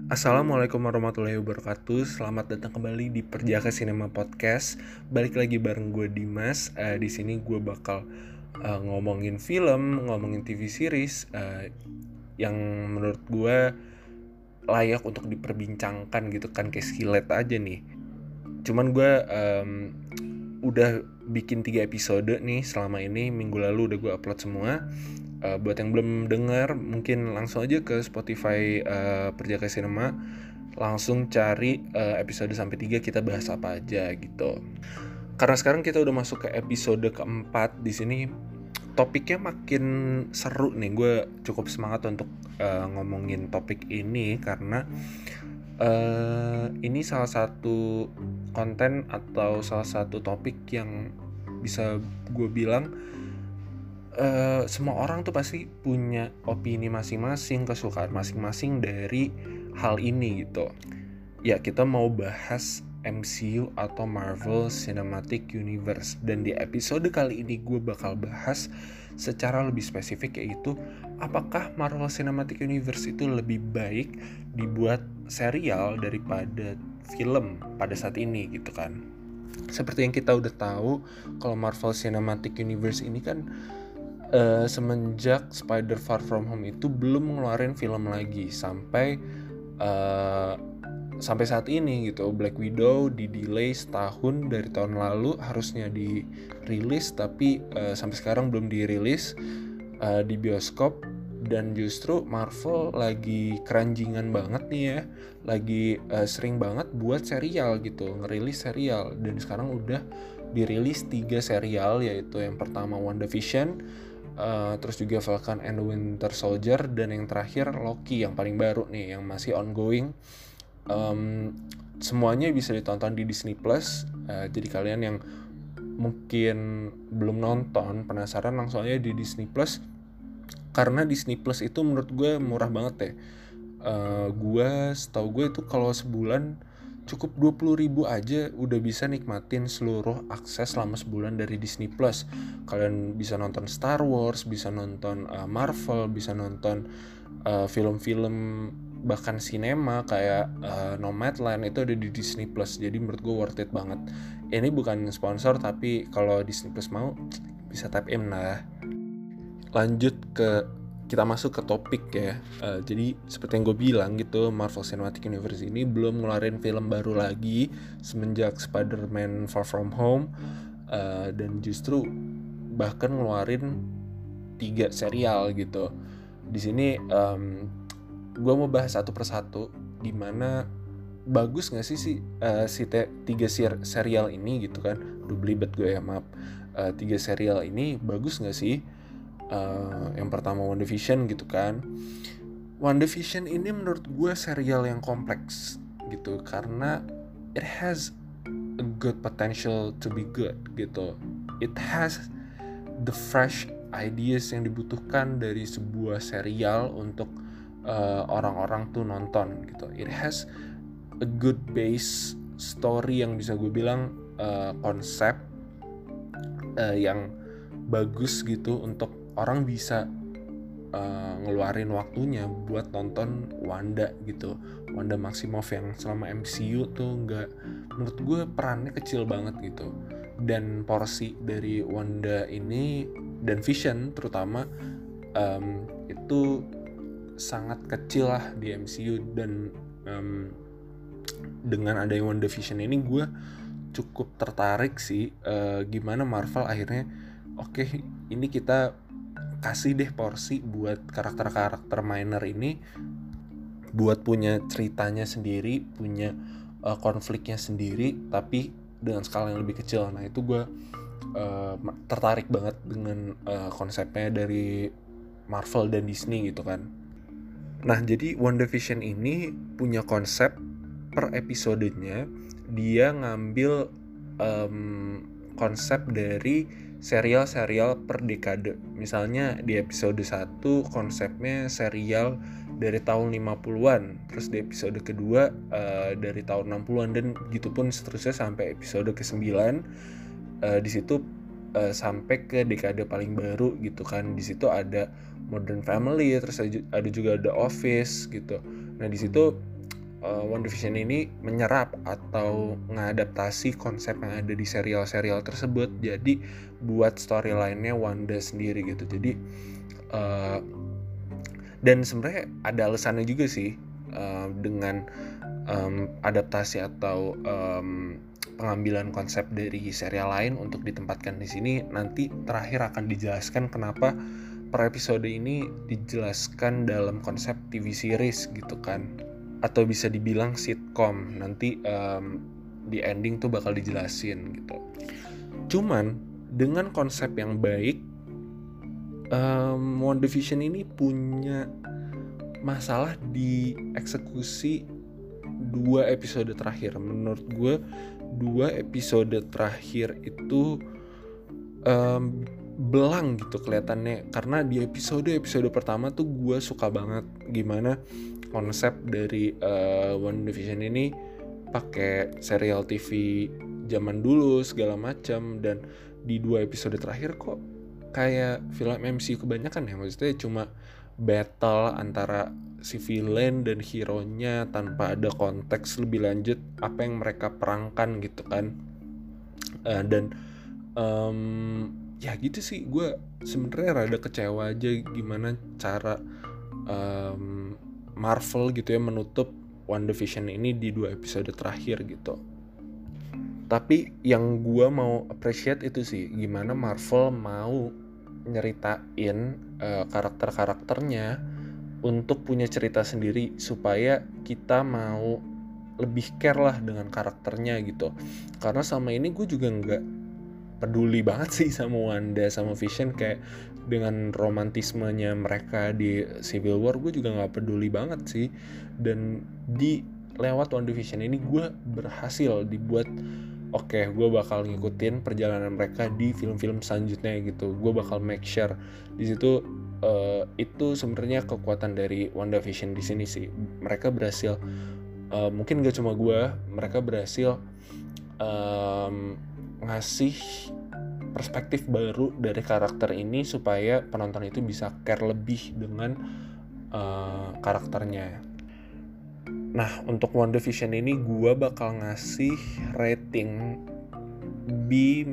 Assalamualaikum warahmatullahi wabarakatuh. Selamat datang kembali di Perjaka Cinema Podcast. Balik lagi bareng gue Dimas. Di sini gue bakal ngomongin film, ngomongin TV series yang menurut gue layak untuk diperbincangkan gitu kan, kayak skillet aja nih. Cuman gue udah bikin 3 episode nih selama ini. Minggu lalu udah gue upload semua. Buat yang belum dengar, mungkin langsung aja ke Spotify Perjaka Cinema, langsung cari episode sampai 3 kita bahas apa aja gitu. Karena sekarang kita udah masuk ke episode keempat, di sini topiknya makin seru nih. Gue cukup semangat untuk ngomongin topik ini karena ini salah satu konten atau salah satu topik yang bisa gue bilang semua orang tuh pasti punya opini masing-masing, kesukaan masing-masing dari hal ini gitu. Ya, kita mau bahas MCU atau Marvel Cinematic Universe, dan di episode kali ini gue bakal bahas secara lebih spesifik, yaitu apakah Marvel Cinematic Universe itu lebih baik dibuat serial daripada film pada saat ini gitu kan. Seperti yang kita udah tahu, kalau Marvel Cinematic Universe ini kan semenjak Spider Far From Home itu belum ngeluarin film lagi sampai saat ini gitu. Black Widow di delay setahun, dari tahun lalu harusnya dirilis tapi sampai sekarang belum dirilis di bioskop. Dan justru Marvel lagi keranjingan banget nih ya, lagi sering banget buat serial gitu, ngerilis serial. Dan sekarang udah dirilis 3 serial, yaitu yang pertama WandaVision, terus juga Falcon and the Winter Soldier, dan yang terakhir Loki yang paling baru nih, yang masih ongoing. Semuanya bisa ditonton di Disney Plus. Jadi kalian yang mungkin belum nonton, penasaran, langsung aja di Disney Plus. Karena Disney Plus itu menurut gue murah banget ya. Setahu gue itu kalau sebulan cukup 20.000 aja udah bisa nikmatin seluruh akses selama sebulan dari Disney Plus. Kalian bisa nonton Star Wars, bisa nonton Marvel, bisa nonton film-film bahkan sinema kayak Nomadland, itu ada di Disney Plus. Jadi menurut gue worth it banget. Ini bukan sponsor, tapi kalau Disney Plus mau bisa tap in lah. Lanjut kita masuk ke topik ya. Jadi seperti yang gue bilang gitu, Marvel Cinematic Universe ini belum ngeluarin film baru lagi semenjak Spider-Man Far From Home, dan justru bahkan ngeluarin 3 serial gitu. Di sini gue mau bahas satu persatu gimana bagus nggak sih 3 serial ini gitu kan. Udah belibet gue ya, maaf. 3 serial ini bagus nggak sih? Yang pertama WandaVision gitu kan. WandaVision ini menurut gue serial yang kompleks gitu, karena it has a good potential to be good gitu. It has the fresh ideas yang dibutuhkan dari sebuah serial untuk orang-orang tuh nonton gitu. It has a good base story yang bisa gue bilang konsep yang bagus gitu untuk orang bisa ngeluarin waktunya buat nonton Wanda gitu. Wanda Maximoff yang selama MCU tuh menurut gue perannya kecil banget gitu. Dan porsi dari Wanda ini dan Vision terutama itu sangat kecil lah di MCU. Dan dengan adanya WandaVision ini gue cukup tertarik sih gimana Marvel akhirnya oke, ini kita kasih deh porsi buat karakter-karakter minor ini buat punya ceritanya sendiri, punya konfliknya sendiri, tapi dengan skala yang lebih kecil. Nah itu gue tertarik banget dengan konsepnya dari Marvel dan Disney gitu kan. Nah jadi WandaVision ini punya konsep per episodenya, dia ngambil konsep dari serial-serial per dekade. Misalnya di episode 1 konsepnya serial dari tahun 50-an, terus di episode kedua dari tahun 60-an, dan gitu pun seterusnya sampai episode ke-9. Di situ sampai ke dekade paling baru gitu kan. Di situ ada Modern Family, terus ada juga ada Office gitu. Nah di situ WandaVision ini menyerap atau ngadaptasi konsep yang ada di serial-serial tersebut, jadi buat storyline-nya Wanda sendiri gitu. Jadi dan sebenarnya ada alasannya juga sih, dengan adaptasi atau pengambilan konsep dari serial lain untuk ditempatkan di sini. Nanti terakhir akan dijelaskan kenapa per episode ini dijelaskan dalam konsep TV series gitu kan, atau bisa dibilang sitcom. Nanti di ending tuh bakal dijelasin gitu. Cuman dengan konsep yang baik, WandaVision ini punya masalah di eksekusi 2 episode terakhir. Menurut gue 2 episode terakhir itu belang gitu kelihatannya, karena di episode pertama tuh gue suka banget gimana konsep dari WandaVision ini pakai serial TV zaman dulu segala macam, dan di 2 episode terakhir kok kayak film MCU kebanyakan ya, maksudnya cuma battle antara si villain dan hero-nya tanpa ada konteks lebih lanjut apa yang mereka perangkan gitu kan. Dan ya gitu sih, gue sebenarnya rada kecewa aja gimana cara Marvel gitu ya menutup WandaVision ini di 2 episode terakhir gitu. Tapi yang gue mau appreciate itu sih gimana Marvel mau nyeritain karakter-karakternya untuk punya cerita sendiri, supaya kita mau lebih care lah dengan karakternya gitu. Karena selama ini gue juga nggak peduli banget sih sama Wanda sama Vision, kayak dengan romantismenya mereka di Civil War gue juga nggak peduli banget sih. Dan di lewat WandaVision ini gue berhasil dibuat oke, gue bakal ngikutin perjalanan mereka di film-film selanjutnya gitu. Gue bakal make sure di situ. Itu sebenarnya kekuatan dari WandaVision di sini sih. Mereka berhasil, mungkin gak cuma gue, mereka berhasil ngasih perspektif baru dari karakter ini supaya penonton itu bisa care lebih dengan karakternya. Nah, untuk WandaVision ini gue bakal ngasih rating B-.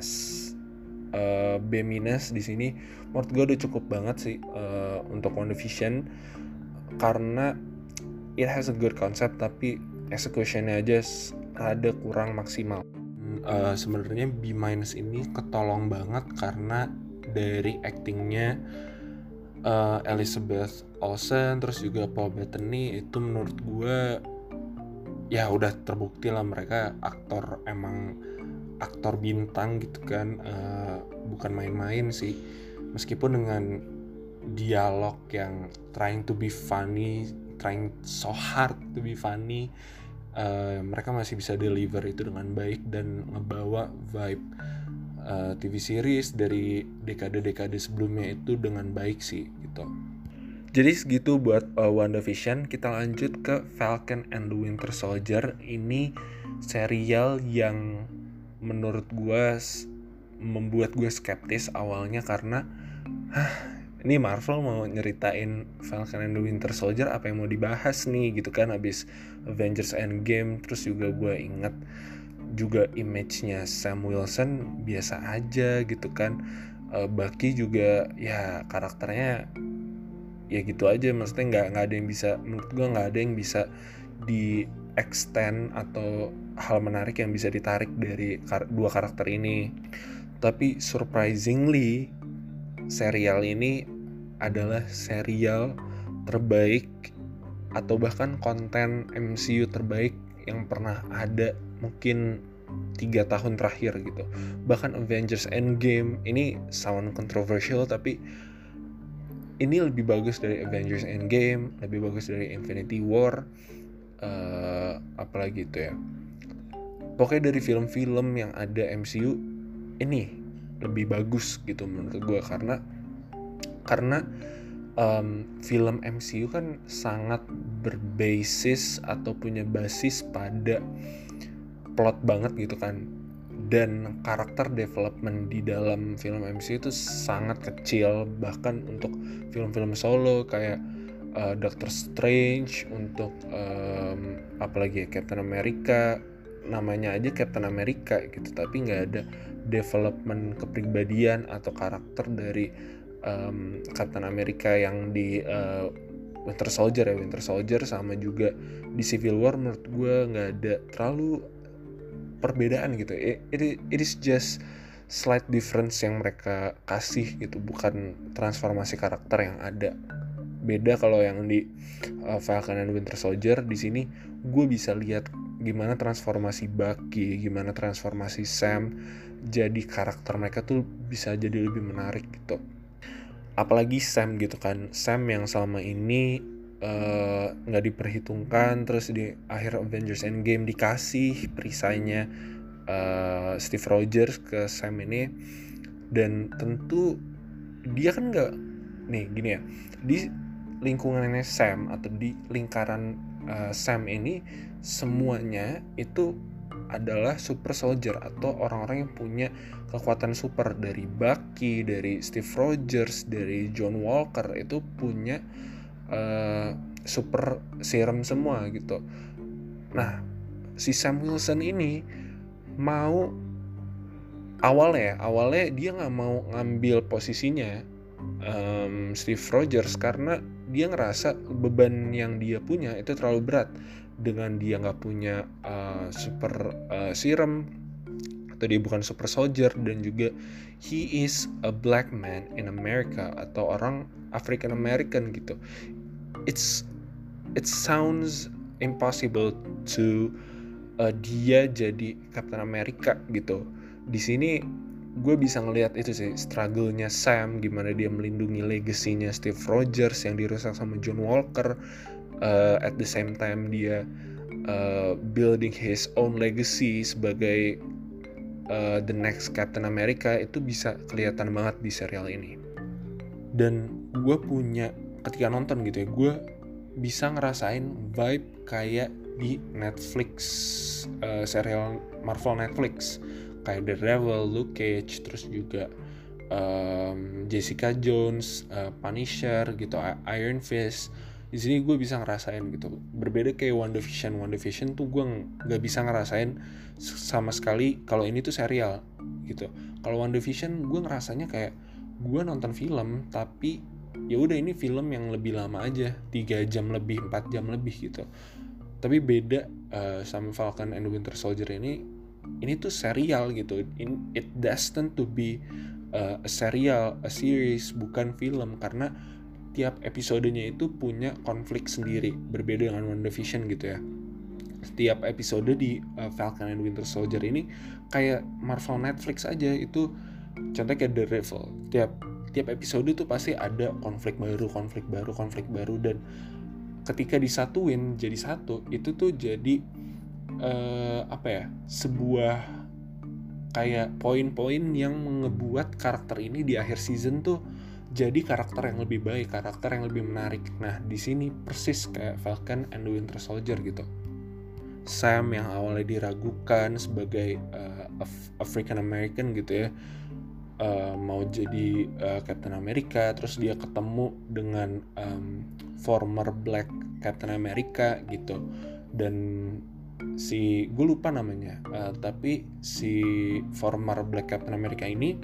B- di sini menurut gue udah cukup banget sih untuk WandaVision, karena it has a good concept tapi executionnya aja rada kurang maksimal. Sebenarnya B- ini ketolong banget karena dari actingnya Elizabeth Olsen terus juga Paul Bettany. Itu menurut gue ya udah terbukti lah, mereka emang aktor bintang gitu kan, bukan main-main sih. Meskipun dengan dialog yang trying so hard to be funny, mereka masih bisa deliver itu dengan baik dan ngebawa vibe TV series dari dekade-dekade sebelumnya itu dengan baik sih gitu. Jadi segitu buat WandaVision. Kita lanjut ke Falcon and the Winter Soldier. Ini serial yang menurut gue membuat gue skeptis awalnya, karena ini Marvel mau nyeritain Falcon and the Winter Soldier, apa yang mau dibahas nih gitu kan, abis Avengers Endgame. Terus juga gue inget juga image-nya Sam Wilson biasa aja gitu kan. Bucky juga ya karakternya ya gitu aja, maksudnya nggak ada yang bisa, menurut gue nggak ada yang bisa di extend atau hal menarik yang bisa ditarik dari dua karakter ini. Tapi surprisingly serial ini adalah serial terbaik atau bahkan konten MCU terbaik yang pernah ada mungkin 3 tahun terakhir gitu. Bahkan Avengers Endgame ini sound controversial, tapi ini lebih bagus dari Avengers Endgame, lebih bagus dari Infinity War, apalagi itu ya. Pokoknya dari film-film yang ada MCU ini lebih bagus gitu menurut gue, karena film MCU kan sangat berbasis atau punya basis pada plot banget gitu kan, dan karakter development di dalam film MCU itu sangat kecil. Bahkan untuk film-film solo kayak Doctor Strange, untuk apalagi ya, Captain America, namanya aja Captain America gitu, tapi nggak ada development kepribadian atau karakter dari Captain America yang di Winter Soldier sama juga di Civil War. Menurut gue nggak ada terlalu perbedaan gitu. It is just slight difference yang mereka kasih gitu, bukan transformasi karakter yang ada. Beda kalau yang di Falcon and Winter Soldier, di sini gue bisa lihat gimana transformasi Bucky, gimana transformasi Sam, jadi karakter mereka tuh bisa jadi lebih menarik gitu. Apalagi Sam gitu kan, Sam yang selama ini nggak diperhitungkan, terus di akhir Avengers Endgame dikasih perisainya Steve Rogers ke Sam ini. Dan tentu dia kan nggak, nih gini ya, di lingkungannya Sam atau di lingkaran Sam ini semuanya itu adalah super soldier atau orang-orang yang punya kekuatan super. Dari Bucky, dari Steve Rogers, dari John Walker, itu punya super serum semua gitu. Nah, si Sam Wilson ini mau awalnya dia nggak mau ngambil posisinya Steve Rogers karena dia ngerasa beban yang dia punya itu terlalu berat. Dengan dia nggak punya super serum, atau dia bukan super soldier, dan juga he is a black man in America atau orang African American gitu. It sounds impossible to dia jadi Captain America gitu. Di sini gue bisa ngelihat itu sih, struggle-nya Sam, gimana dia melindungi legasinya Steve Rogers yang dirusak sama John Walker. At the same time dia building his own legacy sebagai the next Captain America. Itu bisa kelihatan banget di serial ini. Dan gue punya, ketika nonton gitu ya, gue bisa ngerasain vibe kayak di Netflix, serial Marvel Netflix, kayak Daredevil, Luke Cage, terus juga Jessica Jones, Punisher gitu, Iron Fist. Di sini gue bisa ngerasain gitu. Berbeda kayak WandaVision tuh gue nggak bisa ngerasain sama sekali kalau ini tuh serial gitu. Kalau WandaVision gue ngerasanya kayak gue nonton film, tapi ya udah, ini film yang lebih lama aja, 3 jam lebih, 4 jam lebih gitu. Tapi beda sama Falcon and Winter Soldier ini tuh serial gitu. It destined to be a series, bukan film, karena tiap episodenya itu punya konflik sendiri, berbeda dengan WandaVision gitu ya. Setiap episode di Falcon and Winter Soldier ini kayak Marvel Netflix aja. Itu contohnya kayak Daredevil, tiap episode tuh pasti ada konflik baru, dan ketika disatuin jadi satu, itu tuh jadi sebuah kayak poin-poin yang ngebuat karakter ini di akhir season tuh jadi karakter yang lebih baik, karakter yang lebih menarik. Nah, di sini persis kayak Falcon and Winter Soldier gitu. Sam yang awalnya diragukan sebagai African American gitu ya, mau jadi Captain America, terus dia ketemu dengan former Black Captain America gitu, dan gue lupa namanya, tapi si former Black Captain America ini,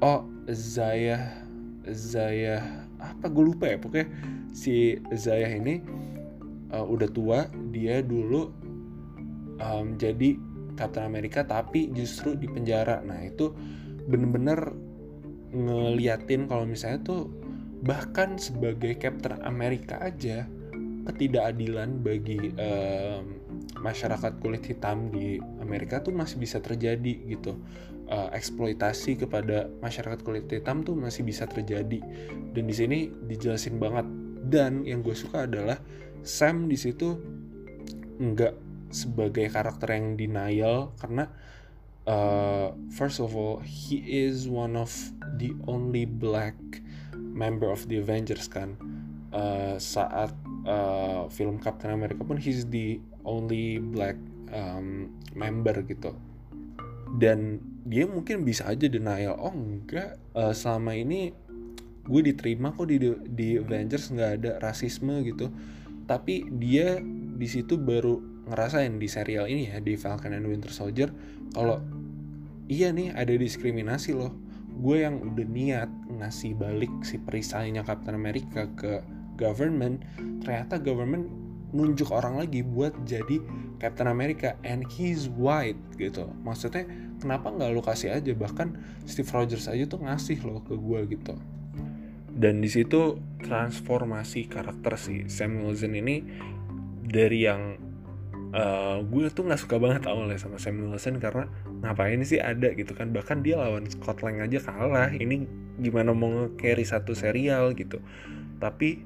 Zaya apa, gue lupa ya, pokoknya si Zaya ini udah tua. Dia dulu jadi Captain America tapi justru di penjara. Nah, itu bener-bener ngeliatin kalau misalnya tuh bahkan sebagai Captain America aja, ketidakadilan bagi masyarakat kulit hitam di Amerika tuh masih bisa terjadi gitu. Eksploitasi kepada masyarakat kulit hitam tuh masih bisa terjadi, dan di sini dijelasin banget. Dan yang gue suka adalah Sam di situ nggak sebagai karakter yang denial, karena first of all he is one of the only black member of the Avengers kan. Saat film Captain America pun he's the only black member gitu. Dan dia mungkin bisa aja denial, enggak, selama ini gue diterima kok di Avengers, nggak ada rasisme gitu. Tapi dia di situ baru ngerasain di serial ini ya, di Falcon and Winter Soldier, kalau iya nih ada diskriminasi loh. Gue yang udah niat ngasih balik si perisainya Captain America ke government, ternyata government nunjuk orang lagi buat jadi Captain America and he's white gitu. Maksudnya kenapa nggak lo kasih aja? Bahkan Steve Rogers aja tuh ngasih loh ke gue gitu. Dan di situ transformasi karakter si Sam Wilson ini dari yang gue tuh nggak suka banget awalnya sama Sam Wilson, karena ngapain sih ada gitu kan, bahkan dia lawan Scott Lang aja kalah, ini gimana mau nge-carry satu serial gitu. Tapi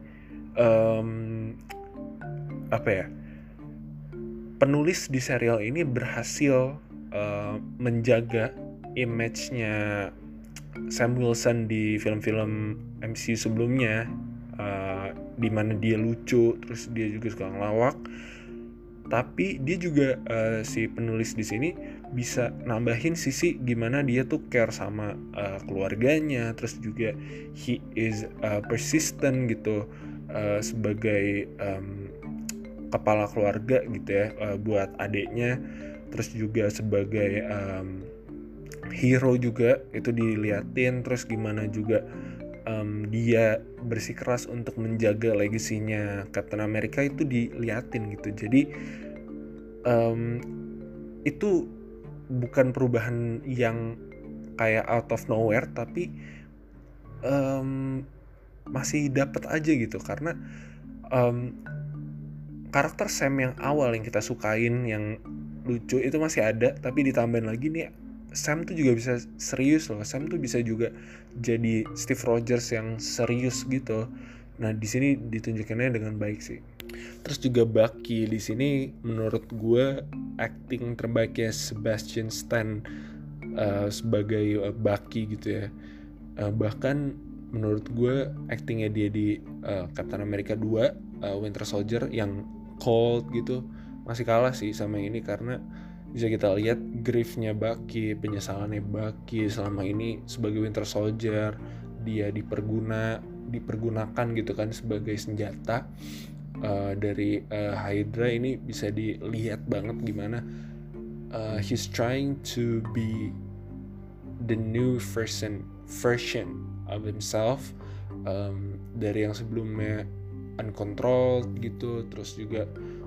apa ya, penulis di serial ini berhasil menjaga image-nya Sam Wilson di film-film MCU sebelumnya, di mana dia lucu, terus dia juga suka ngelawak. Tapi dia juga si penulis di sini bisa nambahin sisi gimana dia tuh care sama keluarganya, terus juga he is persistent gitu sebagai kepala keluarga gitu ya buat adiknya, terus juga sebagai hero juga itu diliatin, terus gimana juga dia bersikeras untuk menjaga legasinya Captain America itu diliatin gitu. Jadi itu bukan perubahan yang kayak out of nowhere, tapi masih dapat aja gitu, karena karakter Sam yang awal yang kita sukain, yang lucu itu masih ada, tapi ditambahin lagi nih Sam tuh juga bisa serius loh. Sam tuh bisa juga jadi Steve Rogers yang serius gitu. Nah di sini ditunjukinnya dengan baik sih. Terus juga Bucky di sini menurut gue acting terbaiknya Sebastian Stan sebagai Bucky gitu ya. Bahkan menurut gue actingnya dia di Captain America 2 Winter Soldier yang cold gitu masih kalah sih sama ini, karena bisa kita lihat griefnya Bucky, penyesalannya Bucky selama ini sebagai Winter Soldier. Dia dipergunakan gitu kan sebagai senjata dari Hydra. Ini bisa dilihat banget gimana he's trying to be the new version of himself, dari yang sebelumnya uncontrolled gitu, terus juga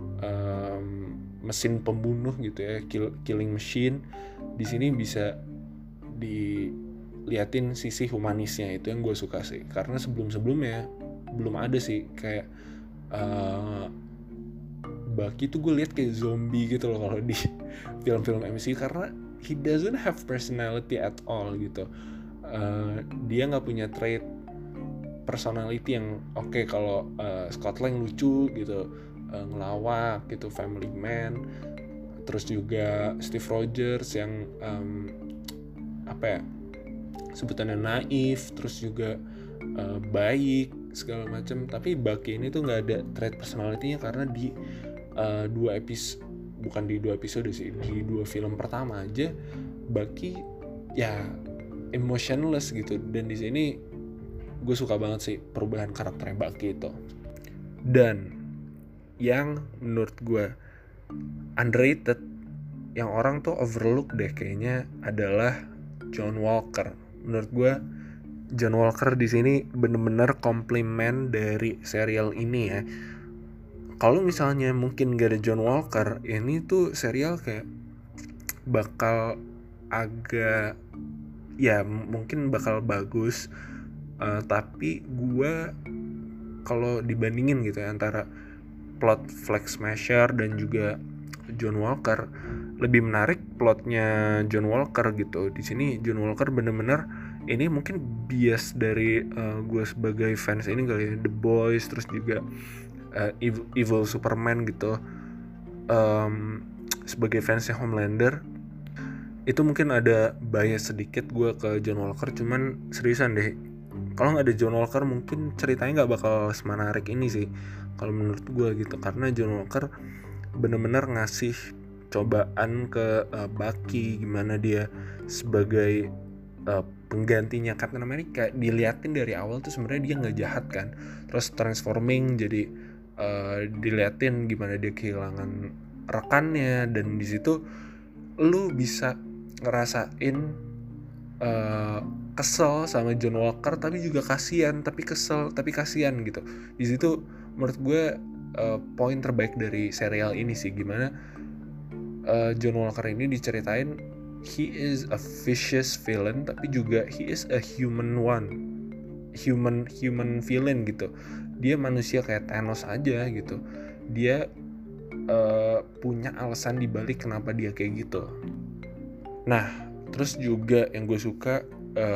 mesin pembunuh gitu ya, killing machine. Di sini bisa diliatin sisi humanisnya, itu yang gue suka sih, karena sebelumnya belum ada sih kayak Bucky tuh gue lihat kayak zombie gitu loh kalau di film-film MCU, karena he doesn't have personality at all gitu. Dia nggak punya trait personality yang oke. Kalau Scott Lang lucu gitu, ngelawak gitu, family man. Terus juga Steve Rogers yang apa ya, sebutannya naif, terus juga baik segala macam. Tapi Bucky ini tuh nggak ada trait personality-nya, karena di 2 episode sih, di 2 film pertama aja Bucky ya emotionless gitu. Dan di sini gue suka banget sih perubahan karakternya Bucky itu. Dan yang menurut gue underrated, yang orang tuh overlook deh kayaknya, adalah John Walker. Menurut gue John Walker di sini bener-bener komplimen dari serial ini ya. Kalau misalnya mungkin gak ada John Walker, ini tuh serial kayak bakal agak ya mungkin bakal bagus, tapi gue kalau dibandingin gitu ya antara plot Flag Smasher dan juga John Walker, lebih menarik plotnya John Walker gitu. Di sini John Walker bener-bener, ini mungkin bias dari gue sebagai fans ini kali ya, The Boys, terus juga Evil Superman gitu. Sebagai fansnya Homelander, itu mungkin ada bias sedikit gue ke John Walker. Cuman seriusan deh, kalau nggak ada John Walker mungkin ceritanya nggak bakal semenarik ini sih kalau menurut gue gitu. Karena John Walker bener-bener ngasih cobaan ke Bucky, gimana dia sebagai penggantinya Captain America, diliatin dari awal tuh sebenarnya dia nggak jahat kan, terus transforming jadi diliatin gimana dia kehilangan rekannya, dan di situ lu bisa ngerasain kesel sama John Walker tapi juga kasihan, tapi kesel tapi kasihan gitu. Di situ menurut gue poin terbaik dari serial ini sih, gimana John Walker ini diceritain he is a vicious villain tapi juga he is a human villain gitu. Dia manusia kayak Thanos aja gitu. Dia punya alasan dibalik kenapa dia kayak gitu. Nah, terus juga yang gue suka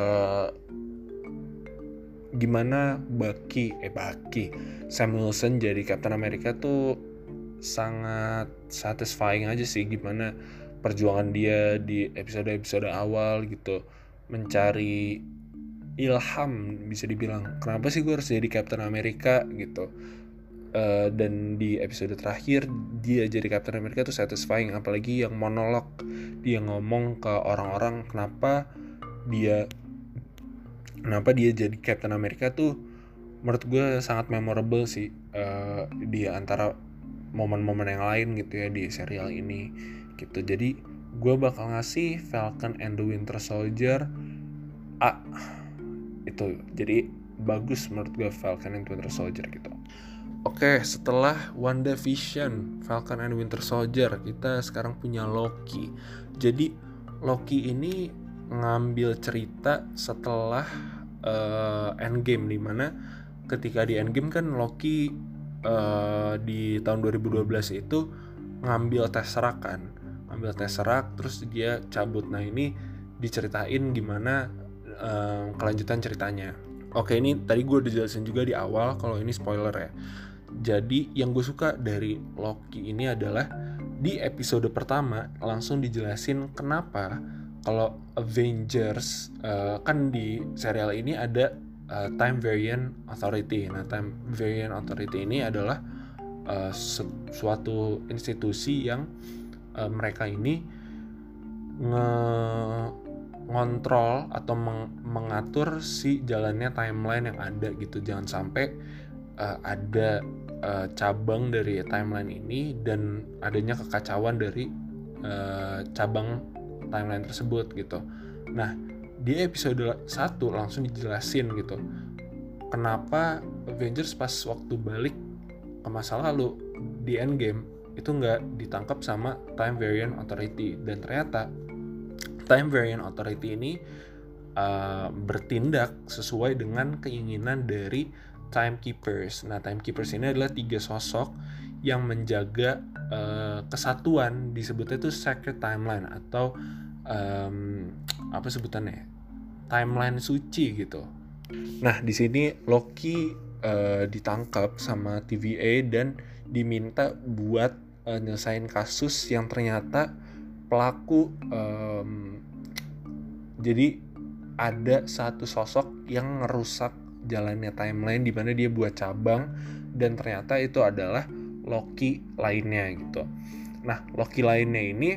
gimana Bucky Sam Wilson jadi Captain America tuh sangat satisfying aja sih, gimana perjuangan dia di episode-episode awal gitu, mencari ilham bisa dibilang, kenapa sih gue harus jadi Captain America gitu. Dan di episode terakhir dia jadi Captain America tuh satisfying, apalagi yang monolog dia ngomong ke orang-orang kenapa dia jadi Captain America tuh menurut gue sangat memorable sih di antara momen-momen yang lain gitu ya di serial ini gitu. Jadi gue bakal ngasih Falcon and the Winter Soldier A itu, jadi bagus menurut gue Falcon and the Winter Soldier gitu. Oke, setelah WandaVision, Falcon and Winter Soldier, kita sekarang punya Loki. Jadi Loki ini ngambil cerita setelah Endgame, dimana ketika di Endgame kan Loki di tahun 2012 itu ngambil Tesseract terus dia cabut. Nah ini diceritain gimana kelanjutan ceritanya. Oke, ini tadi gue udah jelasin juga di awal kalau ini spoiler ya. Jadi yang gue suka dari Loki ini adalah di episode pertama langsung dijelasin kenapa kalau Avengers kan di serial ini ada Time Variant Authority. Nah, Time Variant Authority ini adalah suatu institusi yang mereka ini ngontrol atau mengatur si jalannya timeline yang ada gitu. Jangan sampai ada cabang dari timeline ini dan adanya kekacauan dari cabang timeline tersebut gitu. Nah, di episode 1 langsung dijelasin gitu kenapa Avengers pas waktu balik ke masa lalu di Endgame itu nggak ditangkap sama Time Variant Authority, dan ternyata Time Variant Authority ini bertindak sesuai dengan keinginan dari Timekeepers. Nah, Timekeepers ini adalah 3 sosok yang menjaga kesatuan, disebutnya itu Sacred Timeline atau apa sebutannya? Timeline suci gitu. Nah, di sini Loki ditangkap sama TVA dan diminta buat nyelesain kasus yang ternyata pelaku jadi ada satu sosok yang ngerusak jalannya timeline di mana dia buat cabang, dan ternyata itu adalah Loki lainnya gitu. Nah, Loki lainnya ini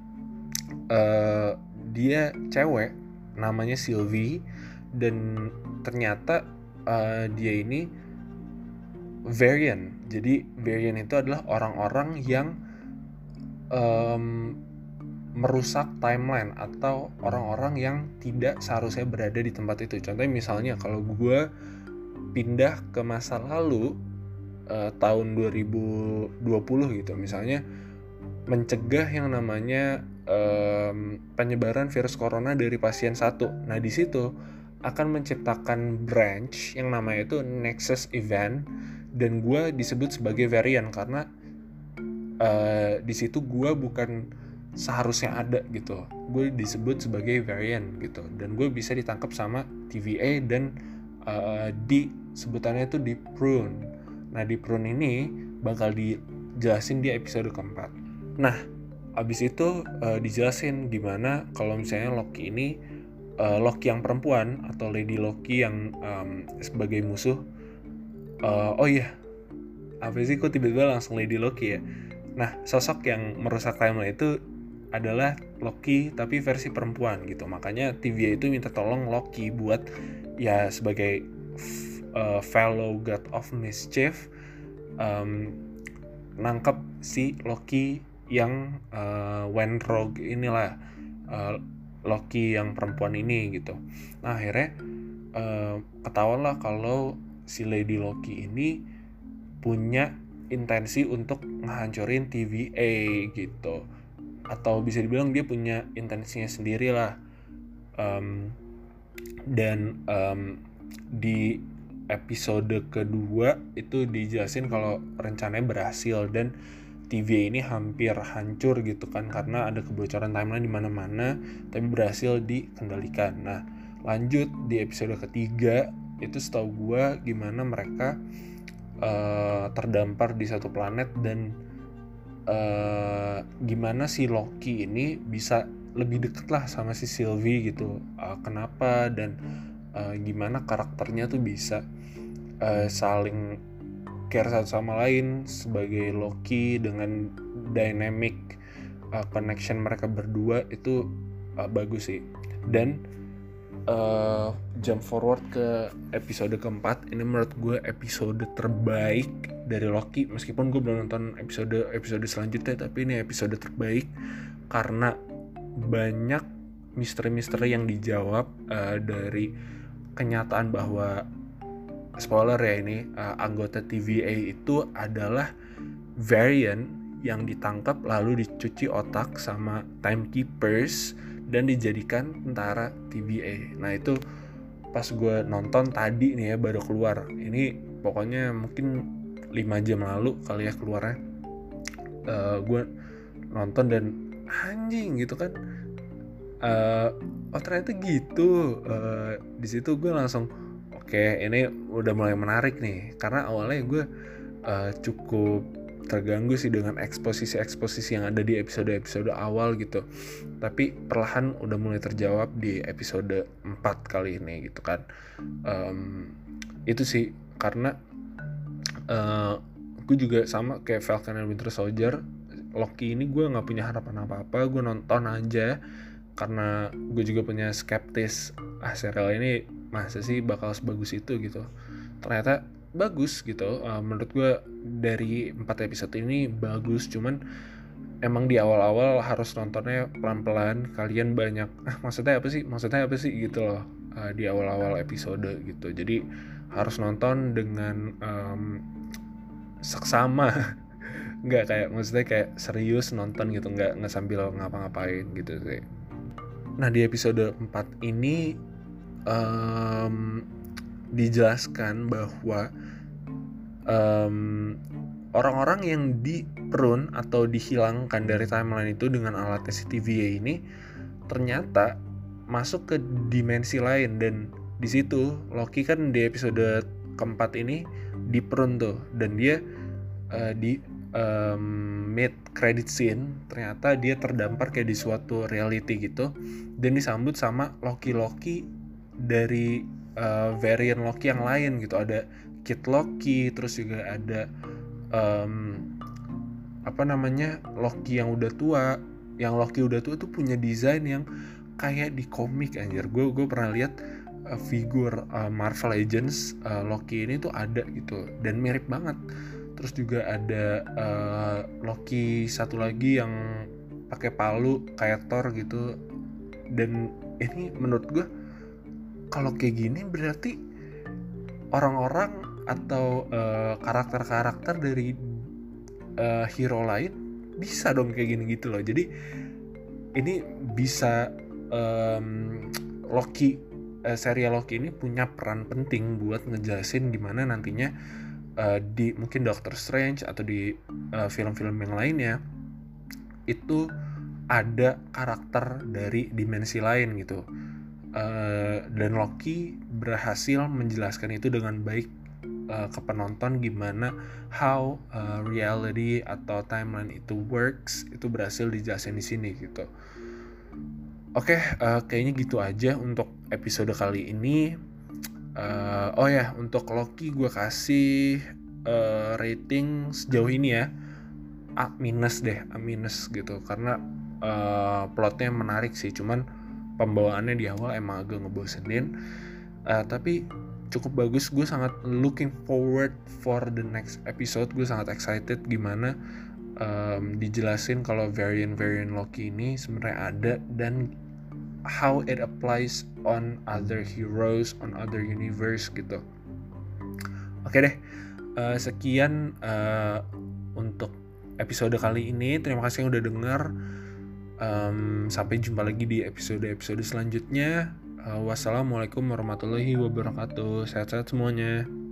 dia cewek namanya Sylvie, dan ternyata dia ini variant. Jadi variant itu adalah orang-orang yang merusak timeline atau orang-orang yang tidak seharusnya berada di tempat itu. Contohnya misalnya kalau gue pindah ke masa lalu tahun 2020 gitu, misalnya mencegah yang namanya penyebaran virus corona dari pasien 1. Nah, di situ akan menciptakan branch yang namanya itu Nexus Event, dan gue disebut sebagai variant karena di situ gue bukan seharusnya ada gitu, gue disebut sebagai variant gitu, dan gue bisa ditangkap sama TVA dan di sebutannya itu di prune. Nah, di prune ini bakal dijelasin di episode keempat. Nah, abis itu dijelasin gimana kalau misalnya Loki ini Loki yang perempuan atau Lady Loki yang sebagai musuh. Oh iya, apa sih kok tiba-tiba langsung Lady Loki ya? Nah, sosok yang merusak timeline itu adalah Loki tapi versi perempuan gitu. Makanya TVA itu minta tolong Loki buat ya sebagai fellow god of mischief nangkep si Loki yang went rogue inilah, Loki yang perempuan ini gitu. Nah akhirnya ketahuan lah kalau si Lady Loki ini punya intensi untuk ngehancurin TVA gitu, atau bisa dibilang dia punya intensinya sendiri lah. Dan di episode kedua itu dijelasin kalau rencananya berhasil dan TVA ini hampir hancur gitu kan, karena ada kebocoran timeline di mana-mana, tapi berhasil dikendalikan. Nah lanjut di episode ketiga itu setahu gue gimana mereka terdampar di satu planet dan gimana si Loki ini bisa lebih deket lah sama si Sylvie gitu, kenapa dan gimana karakternya tuh bisa saling care satu sama lain sebagai Loki dengan dynamic connection mereka berdua itu bagus sih. Dan jump forward ke episode keempat, ini menurut gue episode terbaik dari Loki, meskipun gue belum nonton episode selanjutnya, tapi ini episode terbaik karena banyak misteri-misteri yang dijawab dari kenyataan bahwa, spoiler ya ini, anggota TVA itu adalah variant yang ditangkap lalu dicuci otak sama timekeepers dan dijadikan tentara TVA. Nah itu pas gue nonton tadi nih ya, baru keluar. Ini pokoknya mungkin 5 jam lalu kali ya keluarnya. Gue nonton dan anjing gitu kan. Oh ternyata gitu. Di situ gue langsung oke, ini udah mulai menarik nih. Karena awalnya gue cukup terganggu sih dengan eksposisi yang ada di episode-episode awal gitu. Tapi perlahan udah mulai terjawab di episode 4 kali ini gitu kan. Itu sih karena gue juga sama kayak Falcon and Winter Soldier, Loki ini gue gak punya harapan apa-apa, gue nonton aja karena gue juga punya skeptis, serial ini masa sih bakal sebagus itu gitu. Ternyata bagus gitu, menurut gue dari 4 episode ini bagus, cuman emang di awal-awal harus nontonnya pelan-pelan. Kalian banyak maksudnya apa sih gitu loh di awal-awal episode gitu. Jadi harus nonton dengan seksama nggak kayak maksudnya kayak serius nonton gitu, nggak sambil ngapa-ngapain gitu sih. Nah di episode 4 ini dijelaskan bahwa orang-orang yang di-prune atau dihilangkan dari timeline itu dengan alatnya si TVA ini ternyata masuk ke dimensi lain. Dan di situ Loki kan di episode keempat ini di-prune tuh, dan dia di mid credit scene ternyata dia terdampar kayak di suatu reality gitu, dan disambut sama Loki dari variant Loki yang lain gitu. Ada Kid Loki, terus juga ada Loki yang udah tua. Yang Loki udah tua tuh punya desain yang kayak di komik anjir. Gue pernah lihat figur Marvel Legends Loki ini tuh ada gitu dan mirip banget. Terus juga ada Loki satu lagi yang pakai palu kayak Thor gitu. Dan ini menurut gue kalau kayak gini berarti orang-orang atau karakter-karakter dari hero lain bisa dong kayak gini gitu loh. Jadi ini bisa serial Loki ini punya peran penting buat ngejelasin gimana nantinya di mungkin Doctor Strange atau di film-film yang lainnya itu ada karakter dari dimensi lain gitu. Dan Loki berhasil menjelaskan itu dengan baik ke penonton, gimana how reality atau timeline itu works, itu berhasil dijelasin di sini gitu. Oke, kayaknya gitu aja untuk episode kali ini. Untuk Loki gue kasih rating sejauh ini ya A- deh A- gitu, karena plotnya menarik sih, cuman pembawaannya di awal emang agak ngebosenin, tapi cukup bagus. Gue sangat looking forward for the next episode. Gue sangat excited gimana dijelasin kalau variant Loki ini sebenarnya ada dan how it applies on other heroes, on other universe gitu. Oke deh, sekian untuk episode kali ini. Terima kasih yang udah denger. Sampai jumpa lagi di episode selanjutnya. Wassalamualaikum warahmatullahi wabarakatuh. Sehat-sehat semuanya.